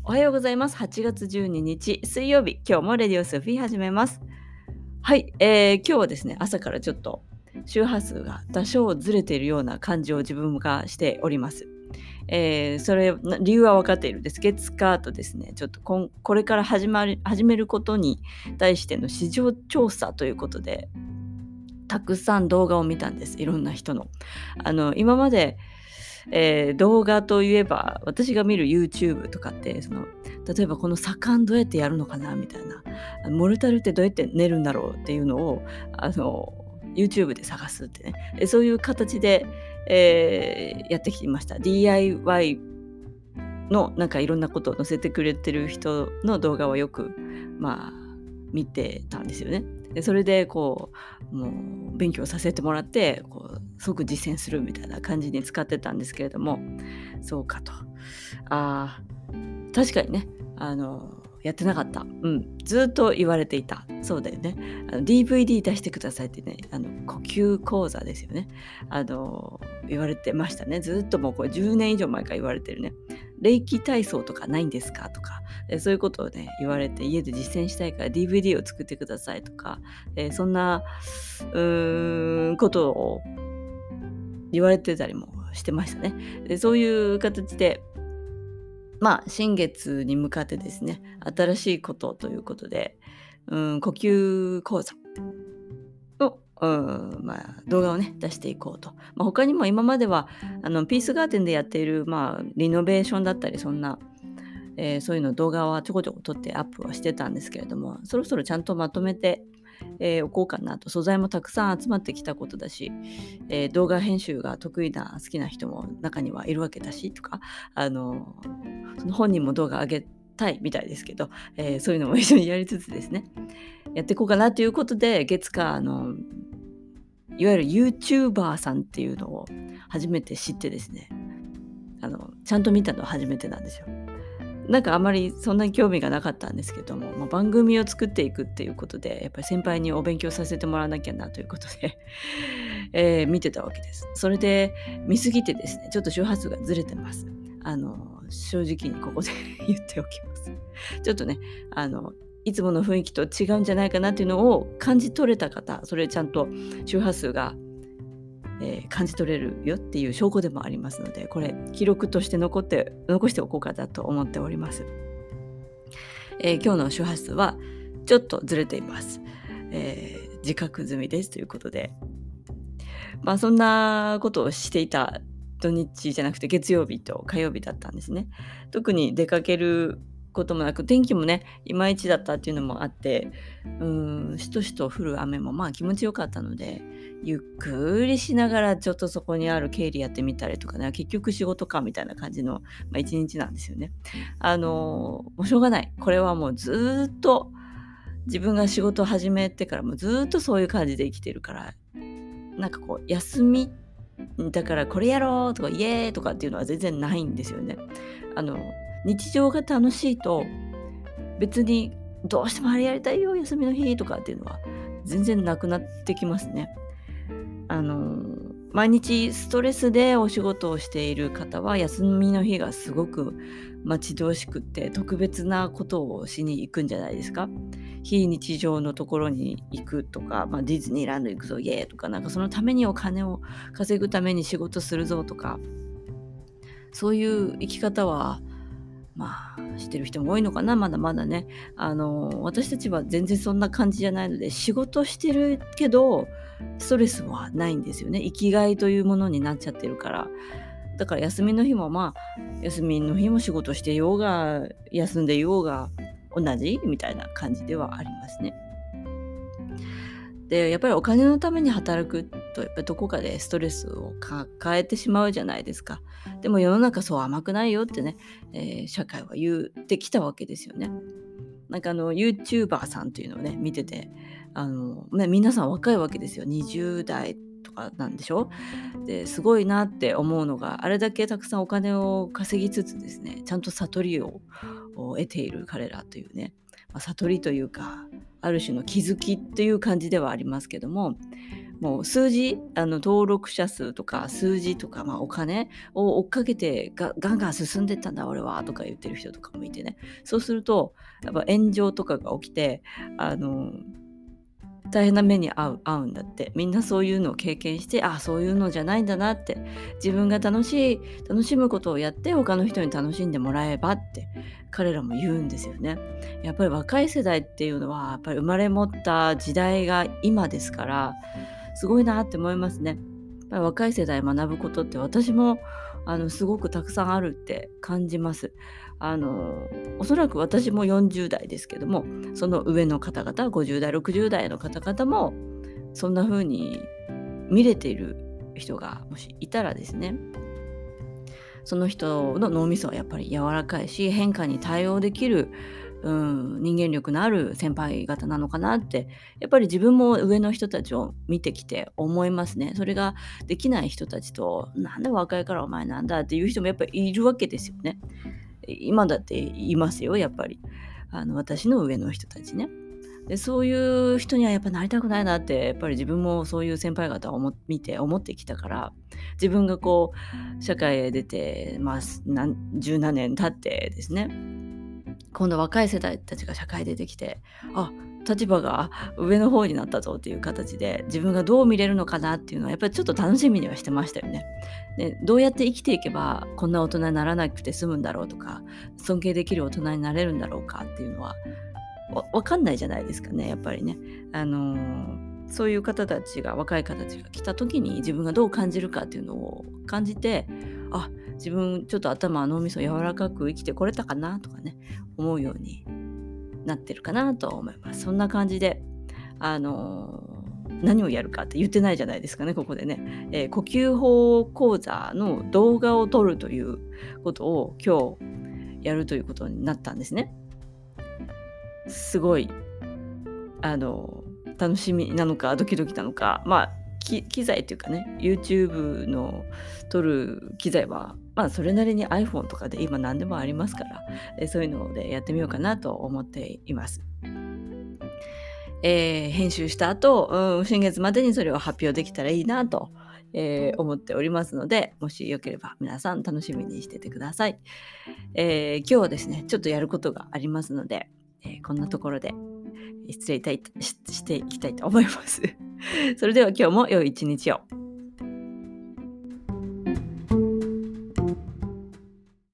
おはようございます。8月12日水曜日、今日もレディオスフィー始めます。はい、今日はですね、朝からちょっと周波数が多少ずれているような感じを自分がしております。理由は分かっているんです。月火とですね、ちょっとこれから始めることに対しての市場調査ということで、たくさん動画を見たんです。いろんな人の。今まで、動画といえば、私が見る YouTube とかって、例えばこの左官どうやってやるのかなみたいな、モルタルってどうやって練るんだろうっていうのを、YouTube で探すってね。そういう形で、やってきました。DIY のなんかいろんなことを載せてくれてる人の動画をよく、見てたんですよね。で、それでもう勉強させてもらって、即実践するみたいな感じに使ってたんですけれども、そうかと。あ確かにね、やってなかった。ずっと言われていた。そうだよね。DVD 出してくださいってね、呼吸講座ですよね。言われてましたね。ずっともうこれ10年以上前から言われてるね。霊気体操とかないんですかとか、そういうことをね、言われて、家で実践したいから DVD を作ってくださいとか、そんな、ことを言われてたりもしてましたね。で、そういう形で、新月に向かってですね、新しいことということで、呼吸講座の、動画をね、出していこうと。他にも今までは、ピースガーデンでやっている、リノベーションだったり、そんな、そういうの動画はちょこちょこ撮ってアップはしてたんですけれども、そろそろちゃんとまとめて、おこうかなと。素材もたくさん集まってきたことだし、動画編集が得意な好きな人も中にはいるわけだしとか、その本人も動画上げたいみたいですけど、そういうのも一緒にやりつつですね、やっていこうかなということで、月火いわゆる YouTuber さんっていうのを初めて知ってですね、ちゃんと見たのは初めてなんですよ。なんかあまりそんなに興味がなかったんですけども、番組を作っていくっていうことで、やっぱり先輩にお勉強させてもらわなきゃなということで、見てたわけです。それで見すぎてですね、ちょっと周波数がずれてます。正直にここで言っておきます。ちょっとね、いつもの雰囲気と違うんじゃないかなっていうのを感じ取れた方、それちゃんと周波数が感じ取れるよっていう証拠でもありますので、これ記録として残しておこうかなと思っております。今日の周波数はちょっとずれています。自覚済みですということで、そんなことをしていた土日じゃなくて月曜日と火曜日だったんですね。特に出かけることもなく、天気もね、いまいちだったっていうのもあって、しとしと降る雨も気持ちよかったので、ゆっくりしながらちょっとそこにある経理やってみたりとかね、結局仕事かみたいな感じの、一日なんですよね。もうしょうがない。これはもうずっと自分が仕事を始めてからもずっとそういう感じで生きてるから、なんか休みだからこれやろうとかイエーイとかっていうのは全然ないんですよね。あの、日常が楽しいと別にどうしてもあれやりたいよ、休みの日とかっていうのは全然なくなってきますね。毎日ストレスでお仕事をしている方は休みの日がすごく待ち遠しくって特別なことをしに行くんじゃないですか。非日常のところに行くとか、ディズニーランド行くぞイエーとか、なんかそのためにお金を稼ぐために仕事するぞとか、そういう生き方はしてる人も多いのかな、まだまだね。私たちは全然そんな感じじゃないので、仕事してるけど、ストレスはないんですよね。生きがいというものになっちゃってるから。だから休みの日も休みの日も仕事していようが、休んでいようが同じみたいな感じではありますね。で、やっぱりお金のために働くと、やっぱりどこかでストレスを抱えてしまうじゃないですか。でも世の中そう甘くないよってね、社会は言ってきたわけですよね。なんかYouTuber さんというのをね、見てて、皆さん若いわけですよ。20代とかなんでしょ。ですごいなって思うのが、あれだけたくさんお金を稼ぎつつですね、ちゃんと悟りを得ている彼らというね、悟りというか、ある種の気づきという感じではありますけども、 もう数字、登録者数とか数字とか、お金を追っかけてガンガン進んでったんだ俺はとか言ってる人とかもいてね。そうするとやっぱ炎上とかが起きて、大変な目に遭うんだって。みんなそういうのを経験して、そういうのじゃないんだなって、自分が楽しむことをやって他の人に楽しんでもらえばって彼らも言うんですよね。やっぱり若い世代っていうのはやっぱり生まれ持った時代が今ですから、すごいなって思いますね。やっぱり若い世代学ぶことって私もすごくたくさんあるって感じます。おそらく私も40代ですけども、その上の方々、50代、60代の方々もそんな風に見れている人がもしいたらですね、その人の脳みそはやっぱり柔らかいし、変化に対応できる、人間力のある先輩方なのかなって、やっぱり自分も上の人たちを見てきて思いますね。それができない人たちと、なんで若いからお前なんだっていう人もやっぱりいるわけですよね。今だっていますよ、やっぱり。私の上の人たちね。で、そういう人にはやっぱなりたくないなって、やっぱり自分もそういう先輩方を見て思ってきたから、自分がこう社会へ出て、十何年経ってですね、今度若い世代たちが社会出てきて、立場が上の方になったぞっていう形で自分がどう見れるのかなっていうのはやっぱりちょっと楽しみにはしてましたよね。で、どうやって生きていけばこんな大人にならなくて済むんだろうとか、尊敬できる大人になれるんだろうかっていうのはわかんないじゃないですかね、やっぱりね。そういう方たちが、若い方たちが来た時に自分がどう感じるかっていうのを感じて、自分ちょっと脳みそ柔らかく生きてこれたかなとかね、思うようになってるかなと思います。そんな感じで、何をやるかって言ってないじゃないですかね、ここでね。呼吸法講座の動画を撮るということを今日やるということになったんですね。すごい、楽しみなのかドキドキなのか、機材っていうかね、YouTube の撮る機材は、それなりに iPhone とかで今何でもありますから、そういうのでやってみようかなと思っています。編集した後、新月までにそれを発表できたらいいなと、思っておりますので、もしよければ皆さん楽しみにしててください。今日はですね、ちょっとやることがありますので、こんなところで失礼していきたいと思います。それでは今日も良い一日を。